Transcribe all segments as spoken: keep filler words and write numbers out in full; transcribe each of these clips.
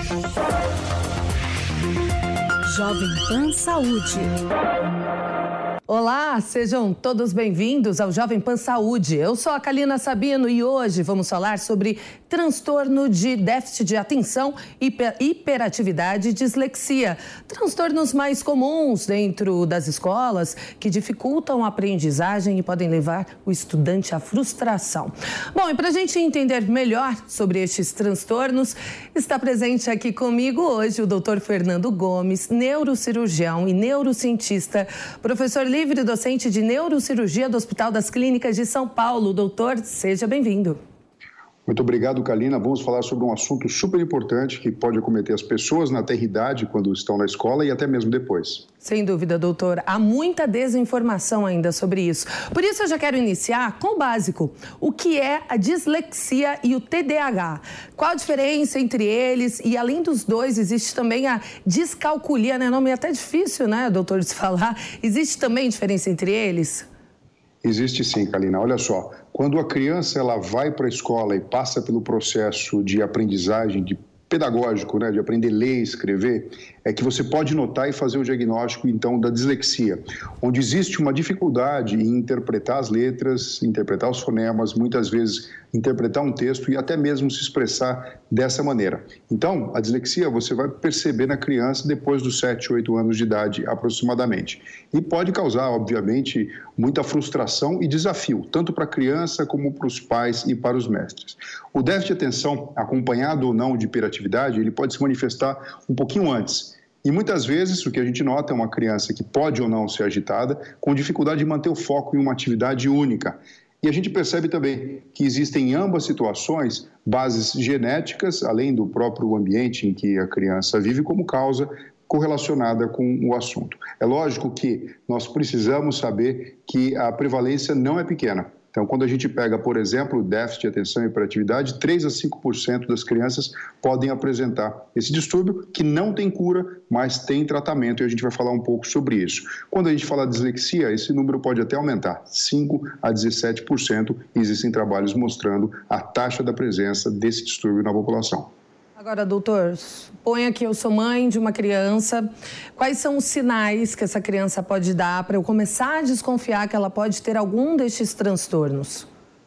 Jovem Pan Saúde. Olá, sejam todos bem-vindos ao Jovem Pan Saúde. Eu sou a Kalina Sabino e hoje vamos falar sobre transtorno de déficit de atenção, hiper, hiperatividade e dislexia. Transtornos mais comuns dentro das escolas que dificultam a aprendizagem e podem levar o estudante à frustração. Bom, e para a gente entender melhor sobre estes transtornos, está presente aqui comigo hoje o doutor Fernando Gomes, neurocirurgião e neurocientista, professor livre docente de neurocirurgia do Hospital das Clínicas de São Paulo. Doutor, seja bem-vindo. Muito obrigado, Kalina. Vamos falar sobre um assunto super importante que pode acometer as pessoas na tenra-idade quando estão na escola e até mesmo depois. Sem dúvida, doutor. Há muita desinformação ainda sobre isso. Por isso, eu já quero iniciar com o básico. O que é a dislexia e o T D A H? Qual a diferença entre eles? E, além dos dois, existe também a descalculia, né? Nome até difícil, né, doutor, de se falar. Existe também diferença entre eles? Existe sim, Kalina. Olha só, quando a criança ela vai para a escola e passa pelo processo de aprendizagem, de pedagógico, né, de aprender a ler e escrever, é que você pode notar e fazer o diagnóstico, então, da dislexia, onde existe uma dificuldade em interpretar as letras, interpretar os fonemas, muitas vezes interpretar um texto e até mesmo se expressar dessa maneira. Então, a dislexia você vai perceber na criança depois dos sete, oito anos de idade, aproximadamente. E pode causar, obviamente, muita frustração e desafio, tanto para a criança como para os pais e para os mestres. O déficit de atenção, acompanhado ou não de hiperatividade, ele pode se manifestar um pouquinho antes. E muitas vezes o que a gente nota é uma criança que pode ou não ser agitada, com dificuldade de manter o foco em uma atividade única. E a gente percebe também que existem em ambas situações bases genéticas, além do próprio ambiente em que a criança vive, como causa correlacionada com o assunto. É lógico que nós precisamos saber que a prevalência não é pequena. Então, quando a gente pega, por exemplo, déficit de atenção e hiperatividade, três a cinco por cento das crianças podem apresentar esse distúrbio, que não tem cura, mas tem tratamento, e a gente vai falar um pouco sobre isso. Quando a gente fala de dislexia, esse número pode até aumentar, cinco a dezessete por cento, e existem trabalhos mostrando a taxa da presença desse distúrbio na população. Agora, doutor, suponha que eu sou mãe de uma criança. Quais são os sinais que essa criança pode dar para eu começar a desconfiar que ela pode ter algum destes transtornos?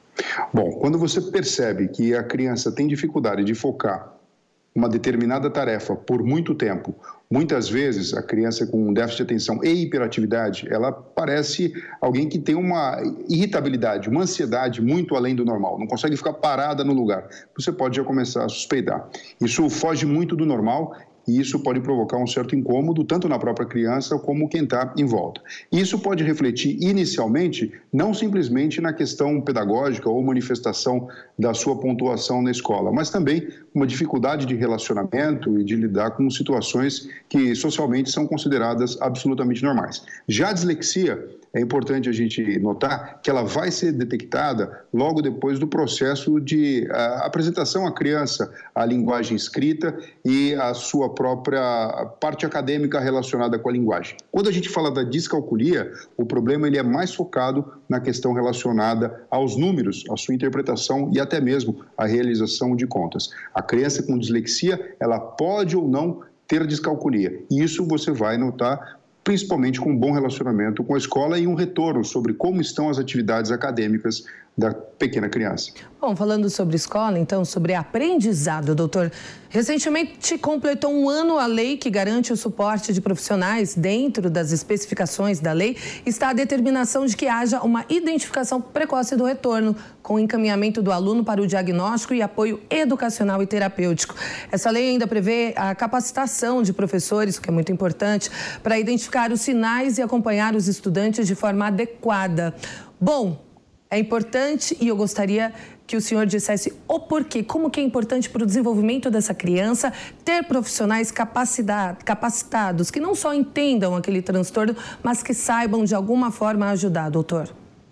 Bom, quando você percebe que a criança tem dificuldade de focar uma determinada tarefa por muito tempo, muitas vezes a criança com déficit de atenção e hiperatividade, ela parece alguém que tem uma irritabilidade, uma ansiedade muito além do normal, não consegue ficar parada no lugar. Você pode já começar a suspeitar. Isso foge muito do normal e isso pode provocar um certo incômodo, tanto na própria criança como quem está em volta. Isso pode refletir inicialmente, não simplesmente na questão pedagógica ou manifestação da sua pontuação na escola, mas também uma dificuldade de relacionamento e de lidar com situações que socialmente são consideradas absolutamente normais. Já a dislexia, é importante a gente notar que ela vai ser detectada logo depois do processo de uh, apresentação à criança, a linguagem escrita e a sua própria parte acadêmica relacionada com a linguagem. Quando a gente fala da descalculia, o problema ele é mais focado na questão relacionada aos números, a sua interpretação e até mesmo a realização de contas. A criança com dislexia, ela pode ou não ter descalculia, e isso você vai notar principalmente com um bom relacionamento com a escola e um retorno sobre como estão as atividades acadêmicas da pequena criança. Bom, falando sobre escola, então, sobre aprendizado, doutor, recentemente completou um ano a lei que garante o suporte de profissionais dentro das especificações da lei. Está a determinação de que haja uma identificação precoce do retorno, com encaminhamento do aluno para o diagnóstico e apoio educacional e terapêutico. Essa lei ainda prevê a capacitação de professores, o que é muito importante, para identificar os sinais e acompanhar os estudantes de forma adequada. Bom, é importante e eu gostaria que o senhor dissesse o porquê, como que é importante para o desenvolvimento dessa criança ter profissionais capacitados, que não só entendam aquele transtorno, mas que saibam de alguma forma ajudar, doutor.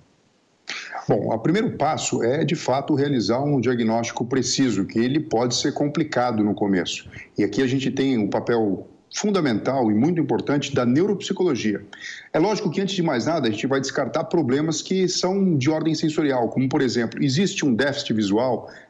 Bom, o primeiro passo é, de fato, realizar um diagnóstico preciso, que ele pode ser complicado no começo. E aqui a gente tem um papel fundamental e muito importante da neuropsicologia. É lógico que, antes de mais nada, a gente vai descartar problemas que são de ordem sensorial, como, por exemplo, existe um déficit visual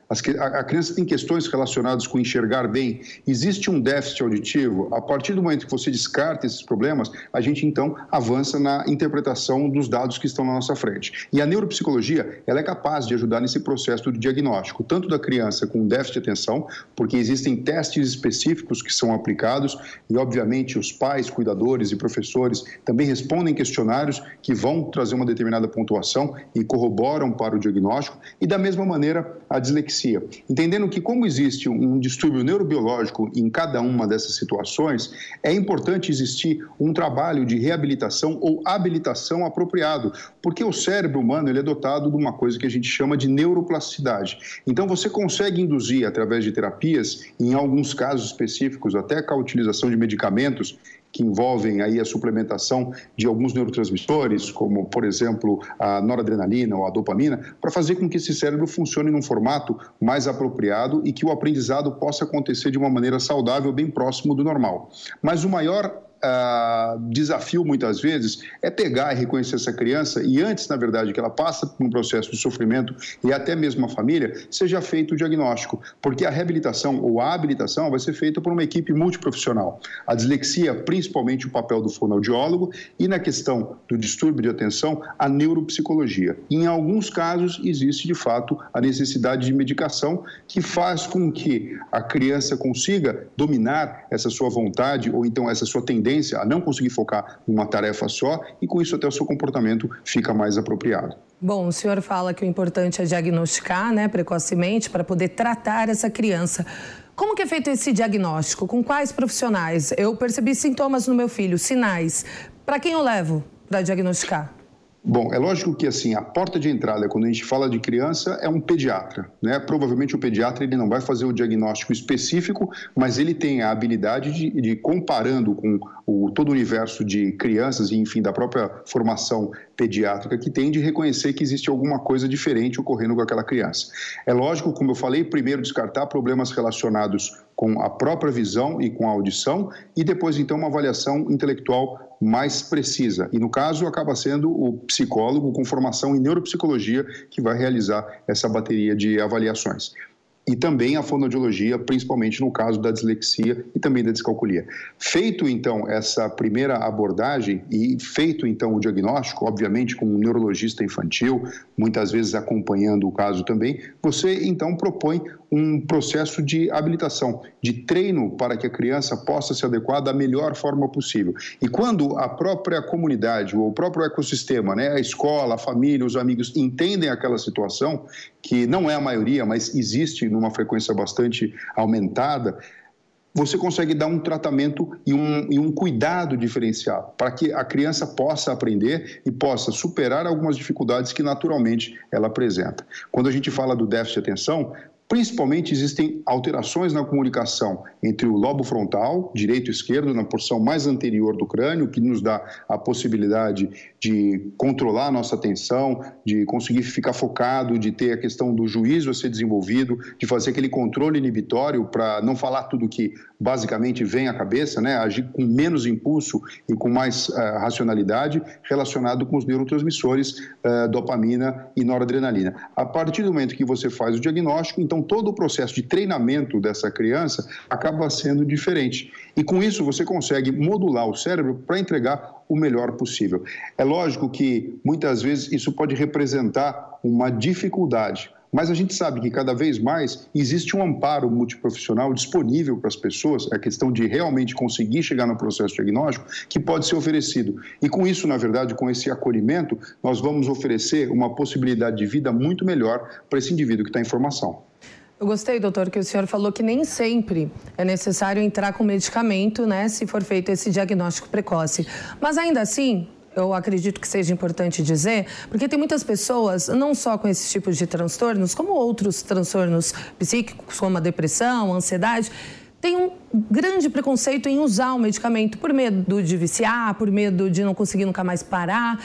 As que, a, a criança tem questões relacionadas com enxergar bem, existe um déficit auditivo. A partir do momento que você descarta esses problemas, a gente então avança na interpretação dos dados que estão na nossa frente. E a neuropsicologia, ela é capaz de ajudar nesse processo de diagnóstico, tanto da criança com déficit de atenção, porque existem testes específicos que são aplicados e, obviamente, os pais, cuidadores e professores também respondem questionários que vão trazer uma determinada pontuação e corroboram para o diagnóstico, e da mesma maneira a dislexia. Entendendo que como existe um distúrbio neurobiológico em cada uma dessas situações, é importante existir um trabalho de reabilitação ou habilitação apropriado, porque o cérebro humano ele é dotado de uma coisa que a gente chama de neuroplasticidade. Então você consegue induzir através de terapias, em alguns casos específicos, até com a utilização de medicamentos que envolvem aí a suplementação de alguns neurotransmissores, como, por exemplo, a noradrenalina ou a dopamina, para fazer com que esse cérebro funcione num formato mais apropriado e que o aprendizado possa acontecer de uma maneira saudável, bem próximo do normal. Mas o maior Uh, desafio, muitas vezes, é pegar e reconhecer essa criança e antes, na verdade, que ela passe por um processo de sofrimento e até mesmo a família, seja feito o diagnóstico, porque a reabilitação ou a habilitação vai ser feita por uma equipe multiprofissional. A dislexia, principalmente o papel do fonoaudiólogo e na questão do distúrbio de atenção, a neuropsicologia. E, em alguns casos, existe, de fato, a necessidade de medicação que faz com que a criança consiga dominar essa sua vontade ou então essa sua tendência a não conseguir focar numa tarefa só e com isso até o seu comportamento fica mais apropriado. Bom, o senhor fala que o importante é diagnosticar, né, precocemente para poder tratar essa criança. Como que é feito esse diagnóstico? Com quais profissionais? Eu percebi sintomas no meu filho, sinais. Para quem eu levo para diagnosticar? Bom, é lógico que assim, a porta de entrada, quando a gente fala de criança, é um pediatra, né? Provavelmente o pediatra ele não vai fazer o diagnóstico específico, mas ele tem a habilidade de, de comparando com o, todo o universo de crianças e, enfim, da própria formação pediátrica que tem, de reconhecer que existe alguma coisa diferente ocorrendo com aquela criança. É lógico, como eu falei, primeiro descartar problemas relacionados com a própria visão e com a audição e depois, então, uma avaliação intelectual mais precisa. E, no caso, acaba sendo o psicólogo com formação em neuropsicologia que vai realizar essa bateria de avaliações. E também a fonoaudiologia, principalmente no caso da dislexia e também da descalculia. Feito, então, essa primeira abordagem e feito, então, o diagnóstico, obviamente, com um neurologista infantil, muitas vezes acompanhando o caso também, você, então, propõe um processo de habilitação, de treino para que a criança possa se adequar da melhor forma possível. E quando a própria comunidade ou o próprio ecossistema, né, a escola, a família, os amigos entendem aquela situação, que não é a maioria, mas existe numa frequência bastante aumentada, você consegue dar um tratamento e um, e um cuidado diferenciado para que a criança possa aprender e possa superar algumas dificuldades que naturalmente ela apresenta. Quando a gente fala do déficit de atenção, principalmente existem alterações na comunicação entre o lobo frontal, direito e esquerdo, na porção mais anterior do crânio, que nos dá a possibilidade de controlar a nossa atenção, de conseguir ficar focado, de ter a questão do juízo a ser desenvolvido, de fazer aquele controle inibitório para não falar tudo que basicamente vem à cabeça, né? Agir com menos impulso e com mais uh, racionalidade, relacionado com os neurotransmissores uh, dopamina e noradrenalina. A partir do momento que você faz o diagnóstico, então todo o processo de treinamento dessa criança acaba sendo diferente. E com isso você consegue modular o cérebro para entregar o melhor possível. É lógico que muitas vezes isso pode representar uma dificuldade, mas a gente sabe que cada vez mais existe um amparo multiprofissional disponível para as pessoas, a questão de realmente conseguir chegar no processo diagnóstico, que pode ser oferecido. E com isso, na verdade, com esse acolhimento, nós vamos oferecer uma possibilidade de vida muito melhor para esse indivíduo que está em formação. Eu gostei, doutor, que o senhor falou que nem sempre é necessário entrar com medicamento, né, se for feito esse diagnóstico precoce. Mas ainda assim, eu acredito que seja importante dizer, porque tem muitas pessoas, não só com esses tipos de transtornos, como outros transtornos psíquicos, como a depressão, a ansiedade, tem um grande preconceito em usar o medicamento por medo de viciar, por medo de não conseguir nunca mais parar.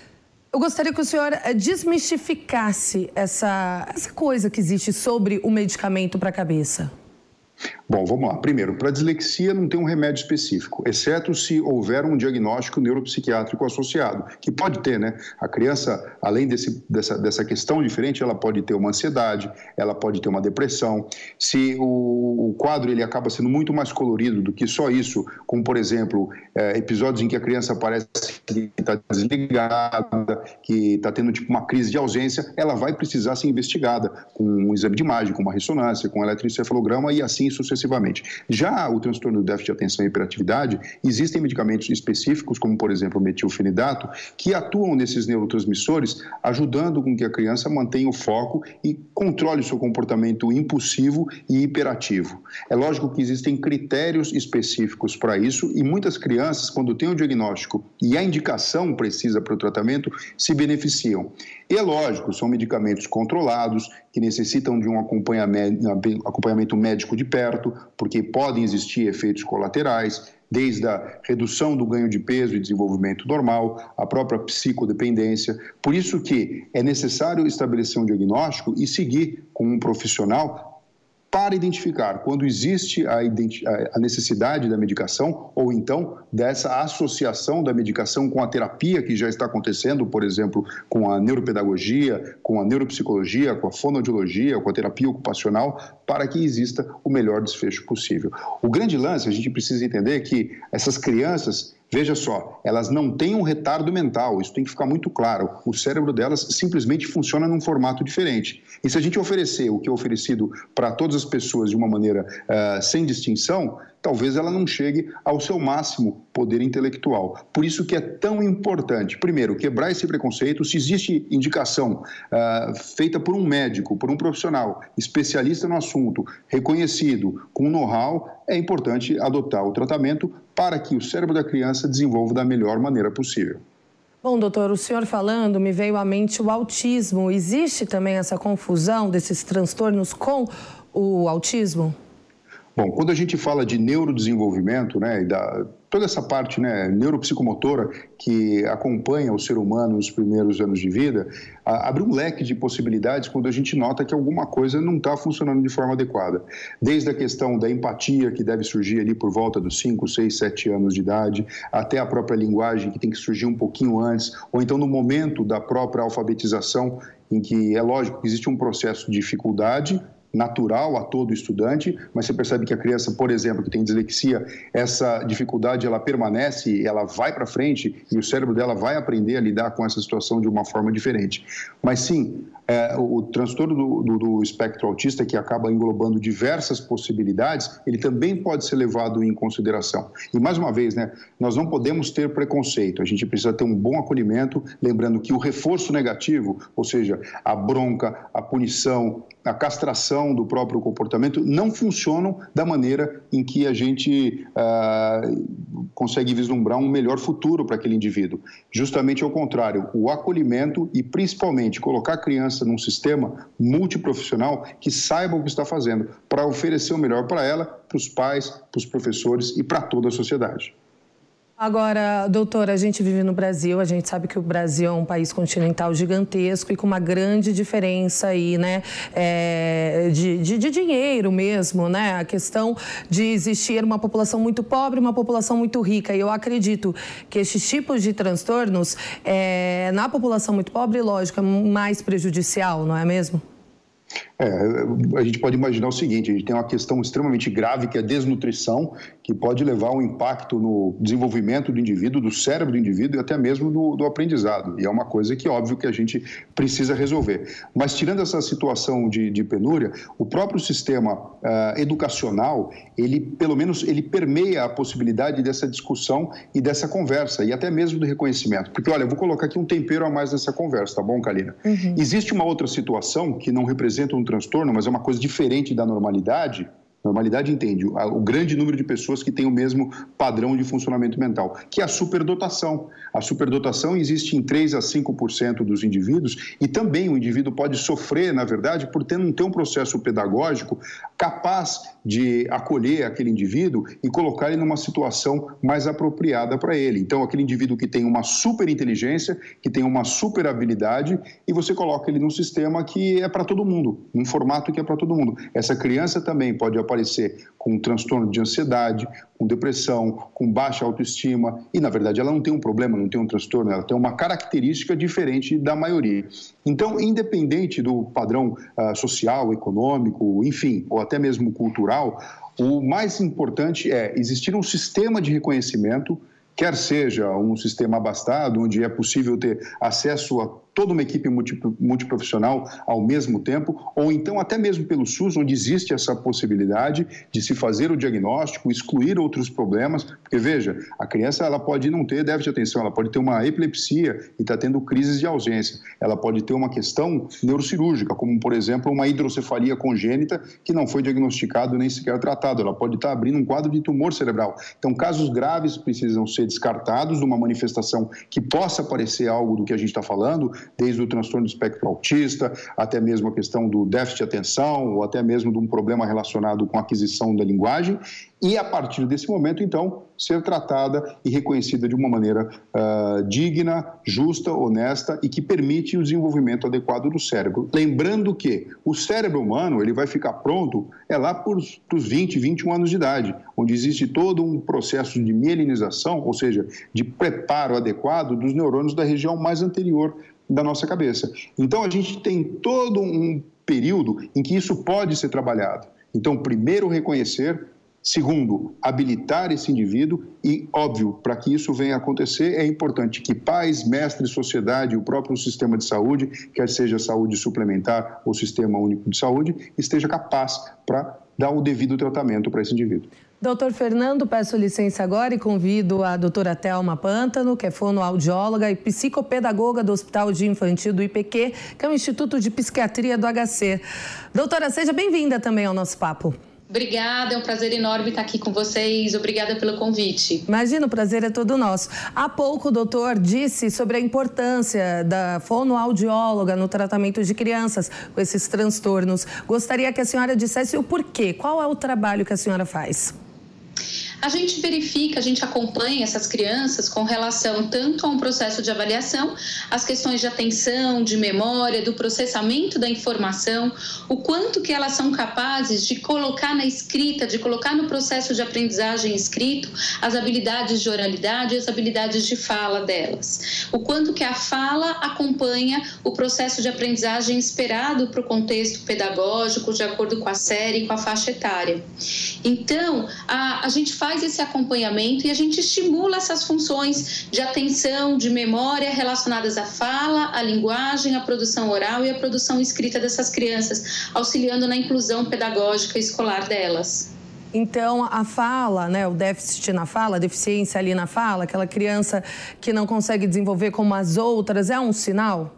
Eu gostaria que o senhor desmistificasse essa, essa coisa que existe sobre o medicamento para a cabeça. Bom, vamos lá. Primeiro, para dislexia não tem um remédio específico, exceto se houver um diagnóstico neuropsiquiátrico associado, que pode ter, né? A criança, além desse, dessa, dessa questão diferente, ela pode ter uma ansiedade, ela pode ter uma depressão. Se o, o quadro ele acaba sendo muito mais colorido do que só isso, como, por exemplo, é, episódios em que a criança parece que está desligada, que está tendo tipo uma crise de ausência, ela vai precisar ser investigada com um exame de imagem, com uma ressonância, com um eletroencefalograma e assim sucessivamente. Já o transtorno do déficit de atenção e hiperatividade, existem medicamentos específicos, como por exemplo o metilfenidato, que atuam nesses neurotransmissores, ajudando com que a criança mantenha o foco e controle o seu comportamento impulsivo e hiperativo. É lógico que existem critérios específicos para isso e muitas crianças, quando têm o diagnóstico e a indicação precisa para o tratamento, se beneficiam. E é lógico, são medicamentos controlados, que necessitam de um acompanhamento médico de perto, porque podem existir efeitos colaterais, desde a redução do ganho de peso e desenvolvimento normal, a própria psicodependência. Por isso que é necessário estabelecer um diagnóstico e seguir com um profissional para identificar quando existe a, a necessidade da medicação ou então dessa associação da medicação com a terapia que já está acontecendo, por exemplo, com a neuropedagogia, com a neuropsicologia, com a fonoaudiologia, com a terapia ocupacional, para que exista o melhor desfecho possível. O grande lance, a gente precisa entender que essas crianças, veja só, elas não têm um retardo mental, isso tem que ficar muito claro. O cérebro delas simplesmente funciona num formato diferente. E se a gente oferecer o que é oferecido para todas as pessoas de uma maneira uh, sem distinção, talvez ela não chegue ao seu máximo poder intelectual. Por isso que é tão importante, primeiro, quebrar esse preconceito. Se existe indicação uh, feita por um médico, por um profissional, especialista no assunto, reconhecido, com know-how, é importante adotar o tratamento para que o cérebro da criança desenvolva da melhor maneira possível. Bom, doutor, o senhor falando, me veio à mente o autismo. Existe também essa confusão desses transtornos com o autismo? Bom, quando a gente fala de neurodesenvolvimento, né, e da, toda essa parte, né, neuropsicomotora que acompanha o ser humano nos primeiros anos de vida, a, abre um leque de possibilidades quando a gente nota que alguma coisa não está funcionando de forma adequada. Desde a questão da empatia, que deve surgir ali por volta dos cinco, seis, sete anos de idade, até a própria linguagem, que tem que surgir um pouquinho antes, ou então no momento da própria alfabetização, em que é lógico que existe um processo de dificuldade natural a todo estudante, mas você percebe que a criança, por exemplo, que tem dislexia, essa dificuldade ela permanece, ela vai para frente e o cérebro dela vai aprender a lidar com essa situação de uma forma diferente. Mas sim, é, o transtorno do, do, do espectro autista, que acaba englobando diversas possibilidades, ele também pode ser levado em consideração. E mais uma vez, né, nós não podemos ter preconceito, a gente precisa ter um bom acolhimento, lembrando que o reforço negativo, ou seja, a bronca, a punição, a castração do próprio comportamento não funcionam da maneira em que a gente ah, consegue vislumbrar um melhor futuro para aquele indivíduo. Justamente ao contrário, o acolhimento e principalmente colocar a criança num sistema multiprofissional que saiba o que está fazendo para oferecer o melhor para ela, para os pais, para os professores e para toda a sociedade. Agora, doutora, a gente vive no Brasil, a gente sabe que o Brasil é um país continental gigantesco e com uma grande diferença aí, né, é, de, de, de dinheiro mesmo, né, a questão de existir uma população muito pobre e uma população muito rica. E eu acredito que esses tipos de transtornos, é, na população muito pobre, lógico, é mais prejudicial, não é mesmo? É, a gente pode imaginar o seguinte, a gente tem uma questão extremamente grave que é a desnutrição, que pode levar a um impacto no desenvolvimento do indivíduo, do cérebro do indivíduo e até mesmo do, do aprendizado. E é uma coisa que, óbvio, que a gente precisa resolver. Mas, tirando essa situação de, de penúria, o próprio sistema uh, educacional, ele, pelo menos, ele permeia a possibilidade dessa discussão e dessa conversa, e até mesmo do reconhecimento. Porque, olha, eu vou colocar aqui um tempero a mais nessa conversa, tá bom, Kalina? Uhum. Existe uma outra situação que não representa um transtorno, mas é uma coisa diferente da normalidade. Normalidade entende o, o grande número de pessoas que têm o mesmo padrão de funcionamento mental, que é a superdotação. A superdotação existe em três a cinco por cento dos indivíduos e também o indivíduo pode sofrer, na verdade, por ter, não ter um processo pedagógico capaz de acolher aquele indivíduo e colocar ele numa situação mais apropriada para ele. Então, aquele indivíduo que tem uma super inteligência, que tem uma super habilidade, e você coloca ele num sistema que é para todo mundo, num formato que é para todo mundo. Essa criança também pode aparecer com um transtorno de ansiedade, com depressão, com baixa autoestima, e, na verdade, ela não tem um problema, não tem um transtorno, ela tem uma característica diferente da maioria. Então, independente do padrão uh, social, econômico, enfim, ou até mesmo cultural, o mais importante é existir um sistema de reconhecimento, quer seja um sistema abastado, onde é possível ter acesso a toda uma equipe multiprofissional ao mesmo tempo, ou então até mesmo pelo SUS, onde existe essa possibilidade de se fazer o diagnóstico, excluir outros problemas, porque veja, a criança ela pode não ter déficit de atenção, ela pode ter uma epilepsia e está tendo crises de ausência, ela pode ter uma questão neurocirúrgica, como por exemplo uma hidrocefalia congênita que não foi diagnosticado nem sequer tratado, ela pode estar abrindo um quadro de tumor cerebral. Então, casos graves precisam ser descartados de uma manifestação que possa parecer algo do que a gente está falando, desde o transtorno do espectro autista, até mesmo a questão do déficit de atenção, ou até mesmo de um problema relacionado com a aquisição da linguagem, e a partir desse momento, então, ser tratada e reconhecida de uma maneira uh, digna, justa, honesta e que permite o desenvolvimento adequado do cérebro. Lembrando que o cérebro humano ele vai ficar pronto é lá para os vinte, vinte e um anos de idade, onde existe todo um processo de mielinização, ou seja, de preparo adequado dos neurônios da região mais anterior da nossa cabeça. Então, a gente tem todo um período em que isso pode ser trabalhado. Então, primeiro, reconhecer. Segundo, habilitar esse indivíduo e, óbvio, para que isso venha a acontecer, é importante que pais, mestres, sociedade, o próprio sistema de saúde, quer seja saúde suplementar ou sistema único de saúde, esteja capaz para dar o devido tratamento para esse indivíduo. Doutor Fernando, peço licença agora e convido a doutora Thelma Pântano, que é fonoaudióloga e psicopedagoga do Hospital de Infantil do I P Q, que é o Instituto de Psiquiatria do H C. Doutora, seja bem-vinda também ao nosso papo. Obrigada, é um prazer enorme estar aqui com vocês. Obrigada pelo convite. Imagina, o prazer é todo nosso. Há pouco o doutor disse sobre a importância da fonoaudióloga no tratamento de crianças com esses transtornos. Gostaria que a senhora dissesse o porquê. Qual é o trabalho que a senhora faz? A gente verifica, a gente acompanha essas crianças com relação tanto a um processo de avaliação, as questões de atenção, de memória, do processamento da informação, o quanto que elas são capazes de colocar na escrita, de colocar no processo de aprendizagem escrito as habilidades de oralidade e as habilidades de fala delas. O quanto que a fala acompanha o processo de aprendizagem esperado para o contexto pedagógico, de acordo com a série e com a faixa etária. Então, a, a gente faz esse acompanhamento e a gente estimula essas funções de atenção, de memória relacionadas à fala, à linguagem, à produção oral e à produção escrita dessas crianças, auxiliando na inclusão pedagógica escolar delas. Então, a fala, né, o déficit na fala, a deficiência ali na fala, aquela criança que não consegue desenvolver como as outras, é um sinal?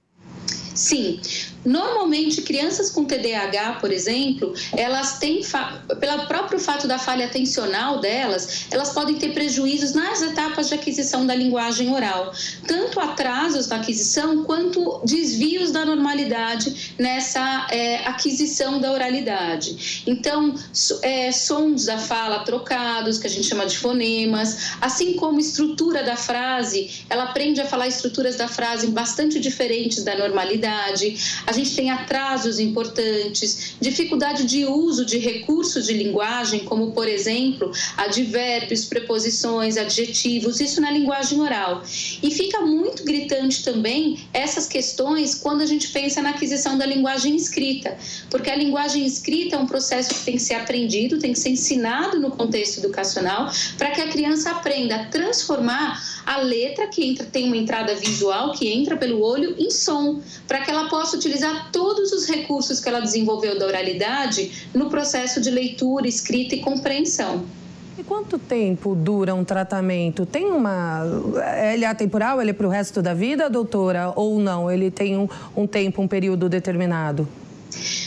Sim. Normalmente, crianças com T D A H, por exemplo, elas têm, pelo próprio fato da falha atencional delas, elas podem ter prejuízos nas etapas de aquisição da linguagem oral. Tanto atrasos na aquisição, quanto desvios da normalidade nessa é, aquisição da oralidade. Então, é, sons da fala trocados, que a gente chama de fonemas, assim como estrutura da frase, ela aprende a falar estruturas da frase bastante diferentes da normalidade. A gente tem atrasos importantes, dificuldade de uso de recursos de linguagem, como, por exemplo, advérbios, preposições, adjetivos, isso na linguagem oral. E fica muito gritante também essas questões quando a gente pensa na aquisição da linguagem escrita, porque a linguagem escrita é um processo que tem que ser aprendido, tem que ser ensinado no contexto educacional, para que a criança aprenda a transformar a letra, que entra, tem uma entrada visual, que entra pelo olho, em som, para que ela possa utilizar todos os recursos que ela desenvolveu da oralidade no processo de leitura, escrita e compreensão. E quanto tempo dura um tratamento? Tem uma... Ele é atemporal? Ele é para o resto da vida, doutora? Ou não? Ele tem um, um tempo, um período determinado?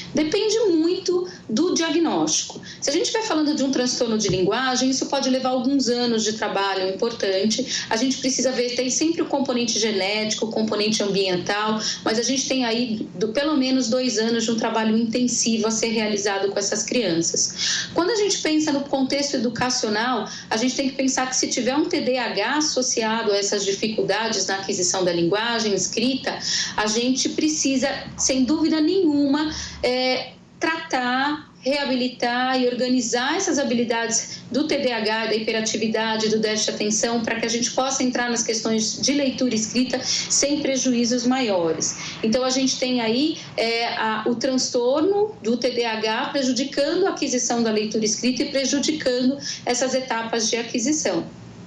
Depende muito do diagnóstico. Se a gente estiver falando de um transtorno de linguagem, isso pode levar alguns anos de trabalho importante. A gente precisa ver, tem sempre o componente genético, o componente ambiental, mas a gente tem aí do, pelo menos dois anos de um trabalho intensivo a ser realizado com essas crianças. Quando a gente pensa no contexto educacional, a gente tem que pensar que se tiver um T D A H associado a essas dificuldades na aquisição da linguagem escrita, a gente precisa, sem dúvida nenhuma, é, tratar, reabilitar e organizar essas habilidades do T D A H, da hiperatividade, do déficit de atenção, para que a gente possa entrar nas questões de leitura e escrita sem prejuízos maiores. Então, a gente tem aí é, a, o transtorno do T D A H prejudicando a aquisição da leitura e escrita e prejudicando essas etapas de aquisição.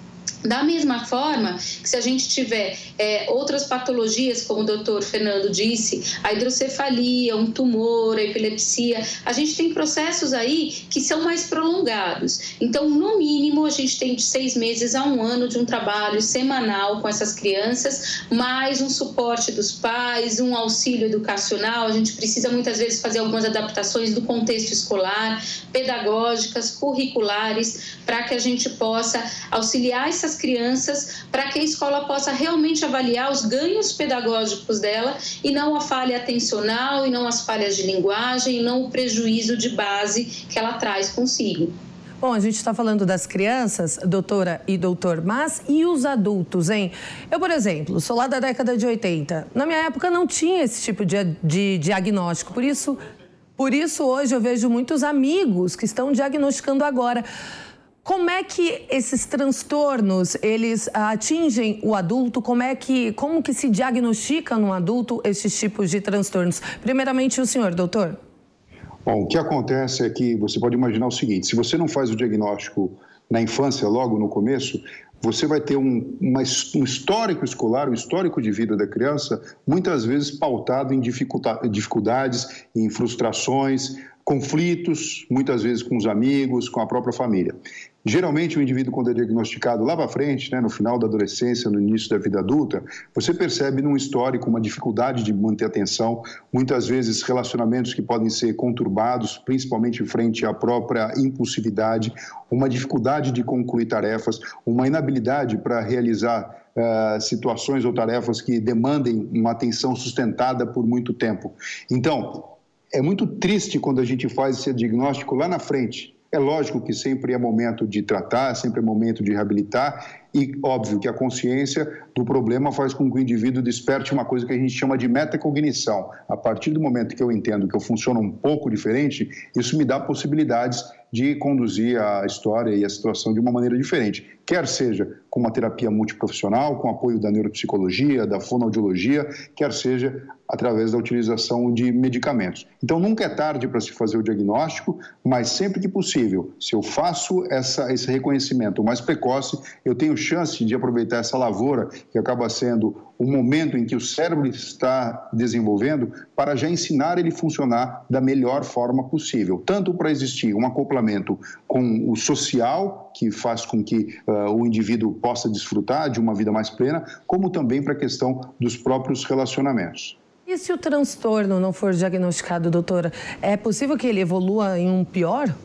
Da mesma forma que se a gente tiver é, outras patologias, como o doutor Fernando disse, a hidrocefalia, um tumor, a epilepsia, a gente tem processos aí que são mais prolongados. Então, no mínimo, a gente tem de seis meses a um ano de um trabalho semanal com essas crianças, mais um suporte dos pais, um auxílio educacional. A gente precisa muitas vezes fazer algumas adaptações do contexto escolar, pedagógicas, curriculares, para que a gente possa auxiliar essas crianças, para que a escola possa realmente avaliar os ganhos pedagógicos dela e não a falha atencional, e não as falhas de linguagem, e não o prejuízo de base que ela traz consigo. Bom, a gente está falando das crianças, doutora e doutor, mas e os adultos, hein? Eu, por exemplo, sou lá da década de oitenta. Na minha época não tinha esse tipo de, de diagnóstico, por isso, por isso hoje eu vejo muitos amigos que estão diagnosticando agora. Como é que esses transtornos, eles atingem o adulto? Como é que, como que se diagnostica no adulto esses tipos de transtornos? Primeiramente, o senhor, doutor. Bom, o que acontece é que você pode imaginar o seguinte: se você não faz o diagnóstico na infância, logo no começo, você vai ter um, uma, um histórico escolar, um histórico de vida da criança, muitas vezes pautado em dificuldades, em frustrações, conflitos, muitas vezes com os amigos, com a própria família. Geralmente, o indivíduo, quando é diagnosticado lá para frente, né, no final da adolescência, no início da vida adulta, você percebe num histórico uma dificuldade de manter a atenção, muitas vezes relacionamentos que podem ser conturbados, principalmente em frente à própria impulsividade, uma dificuldade de concluir tarefas, uma inabilidade para realizar Uh, situações ou tarefas que demandem uma atenção sustentada por muito tempo. Então, é muito triste quando a gente faz esse diagnóstico lá na frente. É lógico que sempre é momento de tratar, sempre é momento de reabilitar e, óbvio, que a consciência do problema faz com que o indivíduo desperte uma coisa que a gente chama de metacognição. A partir do momento que eu entendo que eu funciono um pouco diferente, isso me dá possibilidades de conduzir a história e a situação de uma maneira diferente, quer seja com uma terapia multiprofissional, com apoio da neuropsicologia, da fonoaudiologia, quer seja através da utilização de medicamentos. Então, nunca é tarde para se fazer o diagnóstico, mas sempre que possível, se eu faço essa, esse reconhecimento o mais precoce, eu tenho chance de aproveitar essa lavoura, que acaba sendo o momento em que o cérebro está desenvolvendo, para já ensinar ele a funcionar da melhor forma possível, tanto para existir um acoplamento com o social, que faz com que uh, o indivíduo possa desfrutar de uma vida mais plena, como também para a questão dos próprios relacionamentos. E se o transtorno não for diagnosticado, doutora, é possível que ele evolua em um pior?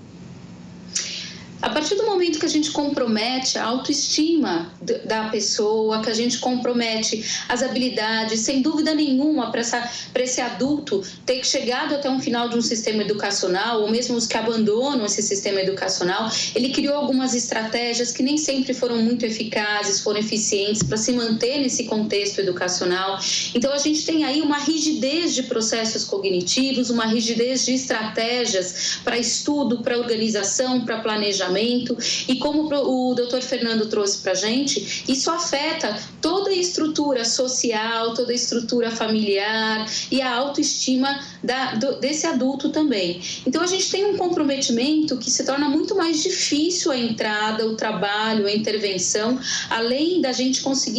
A partir do momento que a gente compromete a autoestima da pessoa, que a gente compromete as habilidades, sem dúvida nenhuma, para esse adulto ter chegado até um final de um sistema educacional, ou mesmo os que abandonam esse sistema educacional, ele criou algumas estratégias que nem sempre foram muito eficazes, foram eficientes para se manter nesse contexto educacional. Então, a gente tem aí uma rigidez de processos cognitivos, uma rigidez de estratégias para estudo, para organização, para planejamento. E como o doutor Fernando trouxe para a gente, isso afeta toda a estrutura social, toda a estrutura familiar e a autoestima da, do, desse adulto também. Então, a gente tem um comprometimento que se torna muito mais difícil a entrada, o trabalho, a intervenção, além da gente conseguir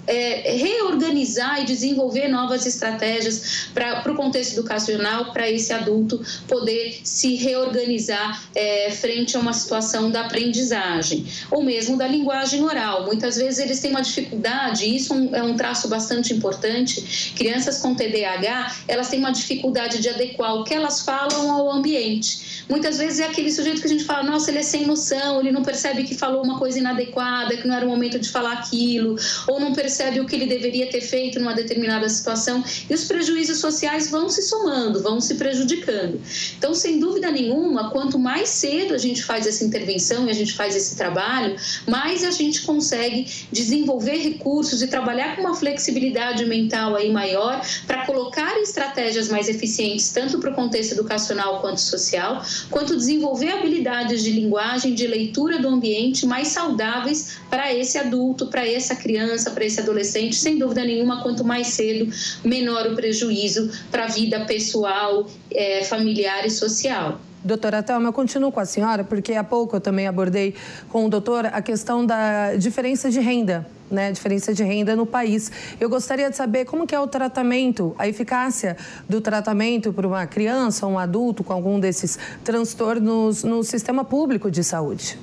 é, reorganizar e desenvolver novas estratégias para o contexto educacional, para esse adulto poder se reorganizar é, frente a uma situação da aprendizagem, ou mesmo da linguagem oral. Muitas vezes eles têm uma dificuldade, e isso é um traço bastante importante. Crianças com T D A H, elas têm uma dificuldade de adequar o que elas falam ao ambiente. Muitas vezes é aquele sujeito que a gente fala, nossa, ele é sem noção, ele não percebe que falou uma coisa inadequada, que não era o momento de falar aquilo, ou não percebe o que ele deveria ter feito numa determinada situação, e os prejuízos sociais vão se somando, vão se prejudicando. Então, sem dúvida nenhuma, quanto mais cedo a gente faz essa intervenção e a gente faz esse trabalho, mais a gente consegue desenvolver recursos e trabalhar com uma flexibilidade mental aí maior para colocar estratégias mais eficientes, tanto para o contexto educacional quanto social, quanto desenvolver habilidades de linguagem, de leitura do ambiente mais saudáveis para esse adulto, para essa criança, para esse adolescente. Sem dúvida nenhuma, quanto mais cedo, menor o prejuízo para a vida pessoal, é, familiar e social. Doutora Thelma, eu continuo com a senhora, porque há pouco eu também abordei com o doutor a questão da diferença de renda, né? Diferença de renda no país. Eu gostaria de saber como que é o tratamento, a eficácia do tratamento para uma criança ou um adulto com algum desses transtornos no sistema público de saúde.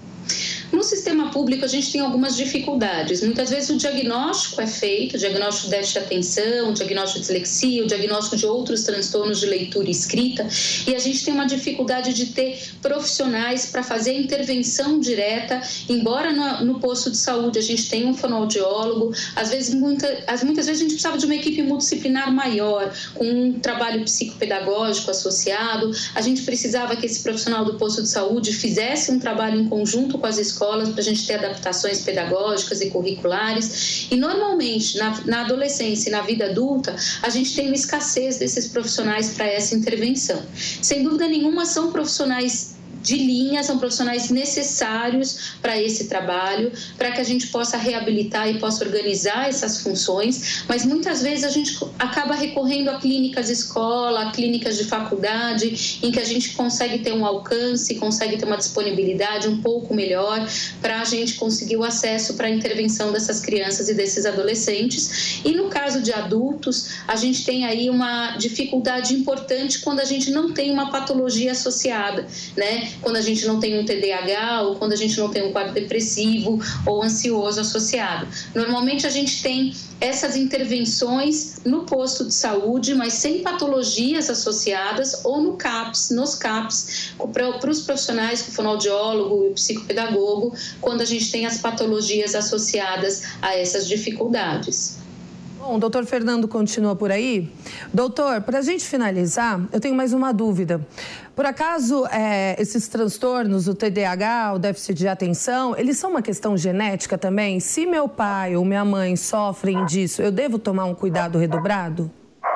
No sistema público, a gente tem algumas dificuldades. Muitas vezes o diagnóstico é feito, o diagnóstico de déficit de atenção, o diagnóstico de dislexia, o diagnóstico de outros transtornos de leitura e escrita, e a gente tem uma dificuldade de ter profissionais para fazer a intervenção direta, embora no, no posto de saúde a gente tenha um fonoaudiólogo, às vezes, muita, muitas vezes a gente precisava de uma equipe multidisciplinar maior, com um trabalho psicopedagógico associado, a gente precisava que esse profissional do posto de saúde fizesse um trabalho em conjunto com as escolas, escolas para a gente ter adaptações pedagógicas e curriculares. E normalmente na, na adolescência e na vida adulta a gente tem uma escassez desses profissionais para essa intervenção. Sem dúvida nenhuma são profissionais de linha, são profissionais necessários para esse trabalho, para que a gente possa reabilitar e possa organizar essas funções, mas muitas vezes a gente acaba recorrendo a clínicas escola, a clínicas de faculdade, em que a gente consegue ter um alcance, consegue ter uma disponibilidade um pouco melhor para a gente conseguir o acesso para a intervenção dessas crianças e desses adolescentes. E no caso de adultos, a gente tem aí uma dificuldade importante quando a gente não tem uma patologia associada, né? Quando a gente não tem um T D A H ou quando a gente não tem um quadro depressivo ou ansioso associado. Normalmente a gente tem essas intervenções no posto de saúde, mas sem patologias associadas, ou no CAPS, nos CAPS, para os profissionais, o fonoaudiólogo e o psicopedagogo, quando a gente tem as patologias associadas a essas dificuldades. Bom, o doutor Fernando continua por aí. Doutor, para a gente finalizar, eu tenho mais uma dúvida. Por acaso, é, esses transtornos, o T D A H, o déficit de atenção, eles são uma questão genética também? Se meu pai ou minha mãe sofrem disso, eu devo tomar um cuidado redobrado?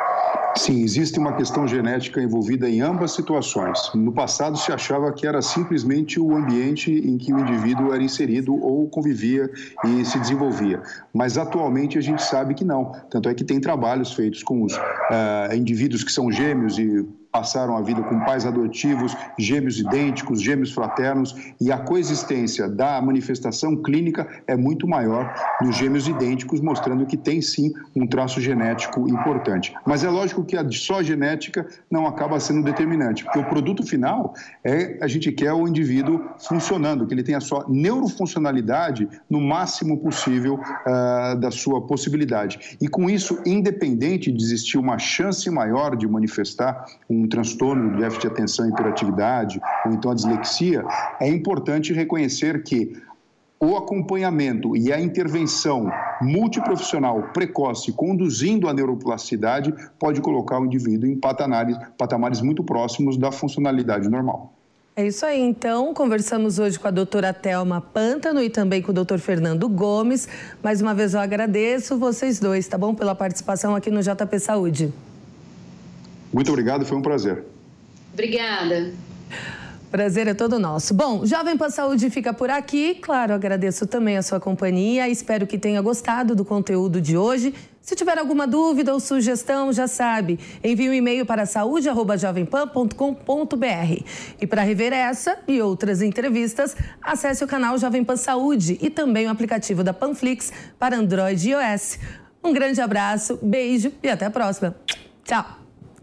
Sim, existe uma questão genética envolvida em ambas situações. No passado se achava que era simplesmente o ambiente em que o indivíduo era inserido ou convivia e se desenvolvia. Mas atualmente a gente sabe que não. Tanto é que tem trabalhos feitos com os uh, indivíduos que são gêmeos e passaram a vida com pais adotivos, gêmeos idênticos, gêmeos fraternos, e a coexistência da manifestação clínica é muito maior nos gêmeos idênticos, mostrando que tem sim um traço genético importante. Mas é lógico que a só genética não acaba sendo determinante, porque o produto final é, a gente quer o indivíduo funcionando, que ele tenha a sua neurofuncionalidade no máximo possível uh, da sua possibilidade. E com isso, independente de existir uma chance maior de manifestar um um transtorno de déficit de atenção e hiperatividade, ou então a dislexia, é importante reconhecer que o acompanhamento e a intervenção multiprofissional precoce conduzindo à neuroplasticidade pode colocar o indivíduo em patamares, patamares muito próximos da funcionalidade normal. É isso aí, então, conversamos hoje com a doutora Thelma Pântano e também com o doutor Fernando Gomes. Mais uma vez eu agradeço vocês dois, tá bom? Pela participação aqui no J P Saúde. Muito obrigado, foi um prazer. Obrigada. Prazer é todo nosso. Bom, Jovem Pan Saúde fica por aqui. Claro, agradeço também a sua companhia. Espero que tenha gostado do conteúdo de hoje. Se tiver alguma dúvida ou sugestão, já sabe, envie um e-mail para saúde arroba jovem pan ponto com ponto b r. E para rever essa e outras entrevistas, acesse o canal Jovem Pan Saúde e também o aplicativo da Panflix para Android e iOS. Um grande abraço, beijo e até a próxima. Tchau!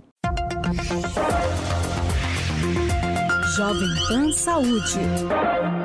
Jovem Pan Saúde.